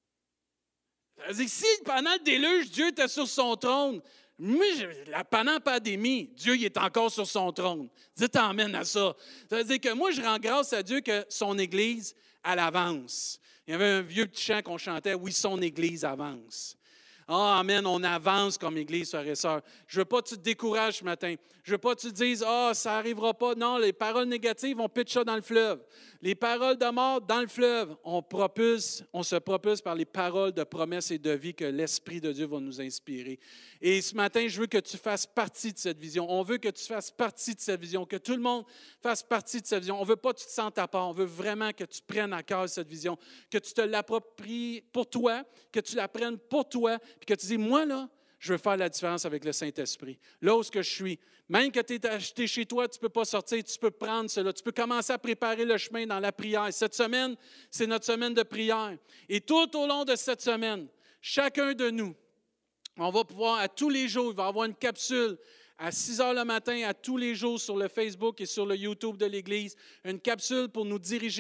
Ça veut dire que si pendant le déluge, Dieu était sur son trône, mais pendant la pandémie, Dieu il est encore sur son trône. Dites amen à ça. Ça veut dire que moi, je rends grâce à Dieu que son Église, elle avance. Il y avait un vieux petit chant qu'on chantait, « Oui, son Église avance ». Ah, amen, on avance comme Église, frères et sœurs. Je ne veux pas que tu te décourages ce matin. Je ne veux pas que tu te dises, ah, oh, ça n'arrivera pas. Non, les paroles négatives, on pitche ça dans le fleuve. Les paroles de mort, dans le fleuve. On propulse, on se propulse par les paroles de promesse et de vie que l'Esprit de Dieu va nous inspirer. Et ce matin, je veux que tu fasses partie de cette vision. On veut que tu fasses partie de cette vision, que tout le monde fasse partie de cette vision. On ne veut pas que tu te sentes à part. On veut vraiment que tu prennes à cœur cette vision, que tu te l'appropries pour toi, que tu la prennes pour toi, puis que tu dis, moi, là, je veux faire la différence avec le Saint-Esprit. Là où je suis, même que tu es acheté chez toi, tu ne peux pas sortir, tu peux prendre cela. Tu peux commencer à préparer le chemin dans la prière. Cette semaine, c'est notre semaine de prière. Et tout au long de cette semaine, chacun de nous, on va pouvoir, à tous les jours, il va y avoir une capsule à six heures le matin, à tous les jours sur le Facebook et sur le YouTube de l'Église, une capsule pour nous diriger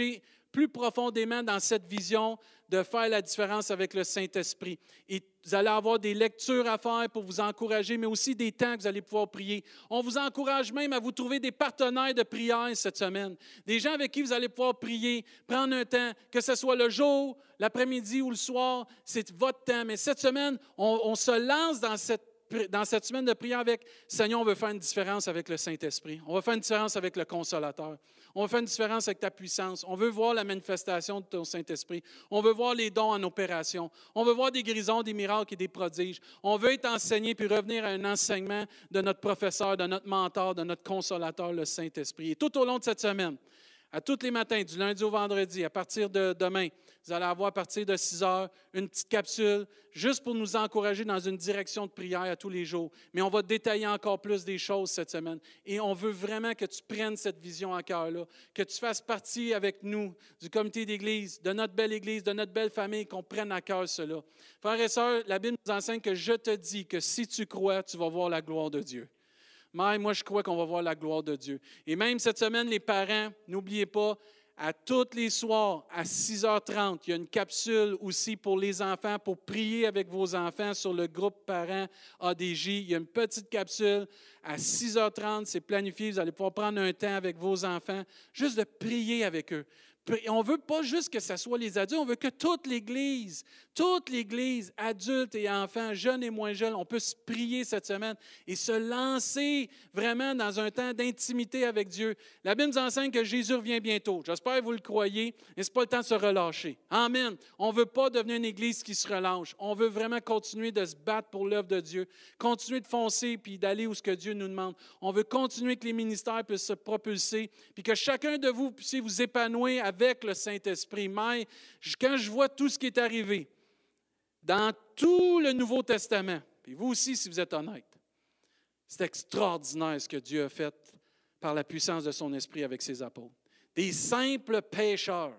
plus profondément dans cette vision de faire la différence avec le Saint-Esprit. Et vous allez avoir des lectures à faire pour vous encourager, mais aussi des temps que vous allez pouvoir prier. On vous encourage même à vous trouver des partenaires de prière cette semaine. Des gens avec qui vous allez pouvoir prier, prendre un temps, que ce soit le jour, l'après-midi ou le soir, c'est votre temps. Mais cette semaine, on, on se lance dans cette dans cette semaine de prière avec Seigneur, on veut faire une différence avec le Saint-Esprit. On va faire une différence avec le Consolateur. On veut faire une différence avec ta puissance. On veut voir la manifestation de ton Saint-Esprit. On veut voir les dons en opération. On veut voir des guérisons, des miracles et des prodiges. On veut être enseigné puis revenir à un enseignement de notre professeur, de notre mentor, de notre Consolateur, le Saint-Esprit. Et tout au long de cette semaine, à tous les matins, du lundi au vendredi, à partir de demain, vous allez avoir à partir de six heures une petite capsule juste pour nous encourager dans une direction de prière à tous les jours. Mais on va détailler encore plus des choses cette semaine. Et on veut vraiment que tu prennes cette vision en cœur-là, que tu fasses partie avec nous du comité d'église, de notre belle église, de notre belle famille, qu'on prenne à cœur cela. Frères et sœurs, la Bible nous enseigne que je te dis que si tu crois, tu vas voir la gloire de Dieu. Mais moi, je crois qu'on va voir la gloire de Dieu. Et même cette semaine, les parents, n'oubliez pas, à tous les soirs, à six heures trente, il y a une capsule aussi pour les enfants, pour prier avec vos enfants sur le groupe parents A D J. Il y a une petite capsule à six heures trente, c'est planifié. Vous allez pouvoir prendre un temps avec vos enfants, juste de prier avec eux. On ne veut pas juste que ce soit les adultes, on veut que toute l'Église, toute l'Église, adultes et enfants, jeunes et moins jeunes, on puisse prier cette semaine et se lancer vraiment dans un temps d'intimité avec Dieu. La Bible nous enseigne que Jésus revient bientôt. J'espère que vous le croyez, mais ce n'est pas le temps de se relâcher. Amen. On ne veut pas devenir une Église qui se relâche. On veut vraiment continuer de se battre pour l'œuvre de Dieu, continuer de foncer puis d'aller où ce que Dieu nous demande. On veut continuer que les ministères puissent se propulser puis que chacun de vous puissiez vous épanouir avec le Saint-Esprit. Mais quand je vois tout ce qui est arrivé dans tout le Nouveau Testament, et vous aussi si vous êtes honnête, c'est extraordinaire ce que Dieu a fait par la puissance de son Esprit avec ses apôtres. Des simples pécheurs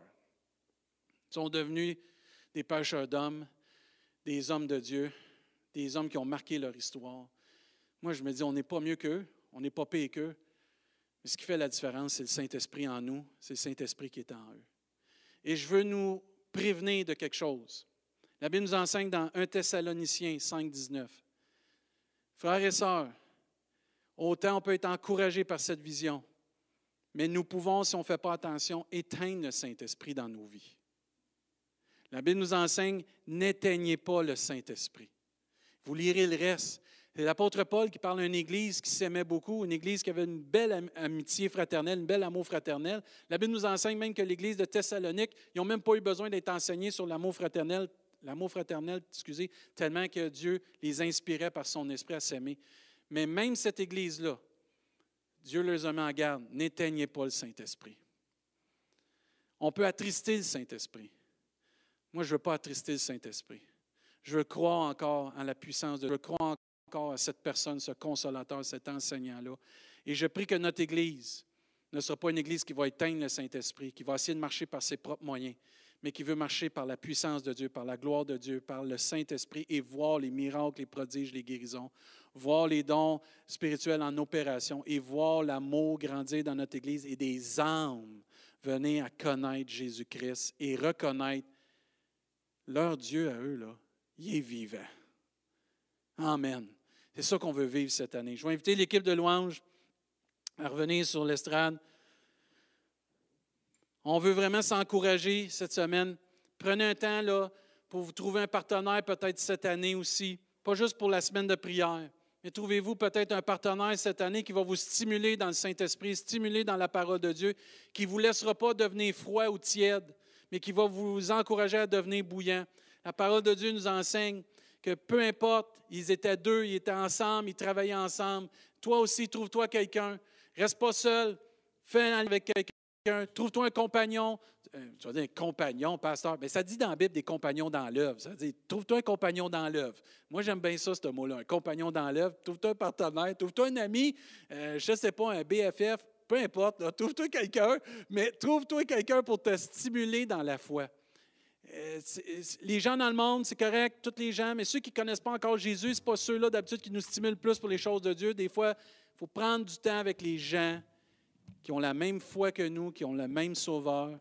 sont devenus des pécheurs d'hommes, des hommes de Dieu, des hommes qui ont marqué leur histoire. Moi, je me dis, on n'est pas mieux qu'eux, on n'est pas pire qu'eux. Mais ce qui fait la différence, c'est le Saint-Esprit en nous, c'est le Saint-Esprit qui est en eux. Et je veux nous prévenir de quelque chose. La Bible nous enseigne dans un Thessaloniciens cinq, dix-neuf. Frères et sœurs, autant on peut être encouragé par cette vision, mais nous pouvons, si on ne fait pas attention, éteindre le Saint-Esprit dans nos vies. La Bible nous enseigne, n'éteignez pas le Saint-Esprit. Vous lirez le reste. C'est l'apôtre Paul qui parle d'une église qui s'aimait beaucoup, une église qui avait une belle amitié fraternelle, une belle amour fraternel. La Bible nous enseigne même que l'église de Thessalonique, ils n'ont même pas eu besoin d'être enseignés sur l'amour fraternel, l'amour fraternel, excusez, tellement que Dieu les inspirait par son esprit à s'aimer. Mais même cette église-là, Dieu les a mis en garde, n'éteignez pas le Saint-Esprit. On peut attrister le Saint-Esprit. Moi, je ne veux pas attrister le Saint-Esprit. Je veux croire encore en la puissance de Dieu. Je veux croire encore à cette personne, ce consolateur, cet enseignant-là. Et je prie que notre Église ne sera pas une Église qui va éteindre le Saint-Esprit, qui va essayer de marcher par ses propres moyens, mais qui veut marcher par la puissance de Dieu, par la gloire de Dieu, par le Saint-Esprit et voir les miracles, les prodiges, les guérisons, voir les dons spirituels en opération et voir l'amour grandir dans notre Église et des âmes venir à connaître Jésus-Christ et reconnaître leur Dieu à eux, là, il est vivant. Amen. C'est ça qu'on veut vivre cette année. Je vais inviter l'équipe de louange à revenir sur l'estrade. On veut vraiment s'encourager cette semaine. Prenez un temps là, pour vous trouver un partenaire peut-être cette année aussi. Pas juste pour la semaine de prière, mais trouvez-vous peut-être un partenaire cette année qui va vous stimuler dans le Saint-Esprit, stimuler dans la parole de Dieu, qui ne vous laissera pas devenir froid ou tiède, mais qui va vous encourager à devenir bouillant. La parole de Dieu nous enseigne que peu importe, ils étaient deux, ils étaient ensemble, ils travaillaient ensemble. Toi aussi, trouve-toi quelqu'un. Reste pas seul. Fais avec quelqu'un. Trouve-toi un compagnon. Euh, tu vas dire un compagnon, pasteur. Bien, ça dit dans la Bible des compagnons dans l'œuvre. Ça dit, trouve-toi un compagnon dans l'œuvre. Moi, j'aime bien ça, ce mot-là, un compagnon dans l'œuvre. Trouve-toi un partenaire. Trouve-toi un ami. Euh, je ne sais pas, un B F F. Peu importe. Là, trouve-toi quelqu'un, mais trouve-toi quelqu'un pour te stimuler dans la foi. Euh, c'est, c'est, les gens dans le monde, c'est correct, tous les gens, mais ceux qui ne connaissent pas encore Jésus, ce n'est pas ceux-là d'habitude qui nous stimulent plus pour les choses de Dieu. Des fois, il faut prendre du temps avec les gens qui ont la même foi que nous, qui ont le même Sauveur.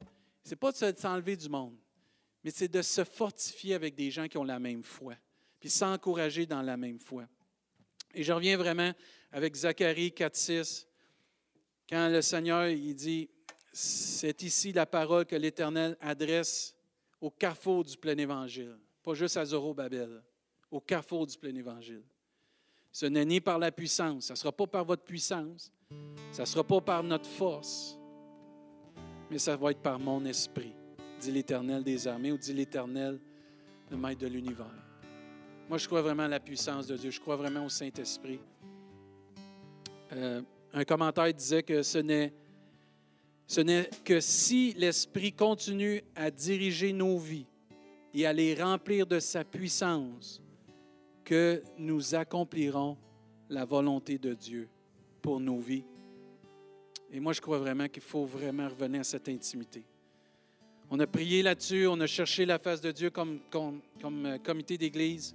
Ce n'est pas de s'enlever du monde, mais c'est de se fortifier avec des gens qui ont la même foi, puis s'encourager dans la même foi. Et je reviens vraiment avec Zacharie quatre six, quand le Seigneur il dit, c'est ici la parole que l'Éternel adresse au carrefour du plein évangile, pas juste à Zorobabel, au carrefour du plein évangile. Ce n'est ni par la puissance, ça ne sera pas par votre puissance, ça ne sera pas par notre force, mais ça va être par mon esprit, dit l'Éternel des armées ou dit l'Éternel, le Maître de l'univers. Moi, je crois vraiment à la puissance de Dieu, je crois vraiment au Saint-Esprit. Euh, un commentaire disait que ce n'est, ce n'est que si l'Esprit continue à diriger nos vies et à les remplir de sa puissance, que nous accomplirons la volonté de Dieu pour nos vies. Et moi, je crois vraiment qu'il faut vraiment revenir à cette intimité. On a prié là-dessus, on a cherché la face de Dieu comme, comme, comme comité d'Église.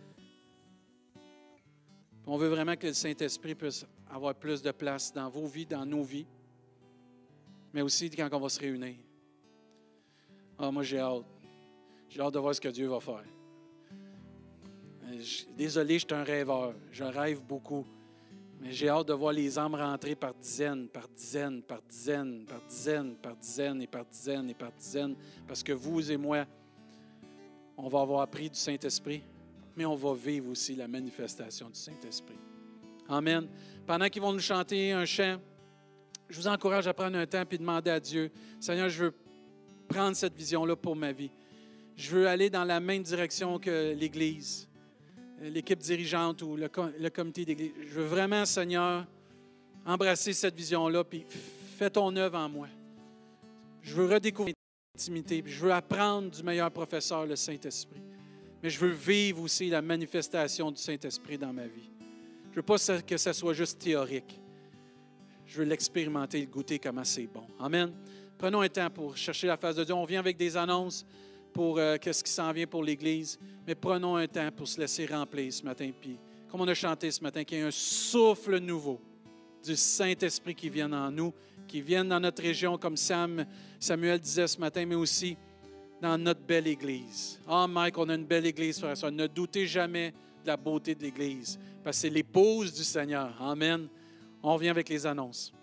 On veut vraiment que le Saint-Esprit puisse avoir plus de place dans vos vies, dans nos vies, mais aussi quand on va se réunir. Ah, moi, j'ai hâte. J'ai hâte de voir ce que Dieu va faire. Désolé, je suis un rêveur. Je rêve beaucoup. Mais j'ai hâte de voir les âmes rentrer par dizaines, par dizaines, par dizaines, par dizaines, par dizaines et par dizaines et par dizaines. Parce que vous et moi, on va avoir appris du Saint-Esprit, mais on va vivre aussi la manifestation du Saint-Esprit. Amen. Pendant qu'ils vont nous chanter un chant, je vous encourage à prendre un temps et demander à Dieu, Seigneur, je veux prendre cette vision-là pour ma vie. Je veux aller dans la même direction que l'Église, l'équipe dirigeante ou le, le comité d'Église. Je veux vraiment, Seigneur, embrasser cette vision-là, puis fais ton œuvre en moi. Je veux redécouvrir l'intimité, puis je veux apprendre du meilleur professeur, le Saint-Esprit. Mais je veux vivre aussi la manifestation du Saint-Esprit dans ma vie. Je ne veux pas que ça soit juste théorique. Je veux l'expérimenter, le goûter, comment c'est bon. Amen. Prenons un temps pour chercher la face de Dieu. On vient avec des annonces pour euh, ce qui s'en vient pour l'Église, mais prenons un temps pour se laisser remplir ce matin. Puis, comme on a chanté ce matin, qu'il y ait un souffle nouveau du Saint-Esprit qui vienne en nous, qui vienne dans notre région, comme Sam, Samuel disait ce matin, mais aussi dans notre belle Église. Ah, oh, Mike, on a une belle Église, frère et sœurs. Ne doutez jamais de la beauté de l'Église, parce que c'est l'épouse du Seigneur. Amen. On revient avec les annonces.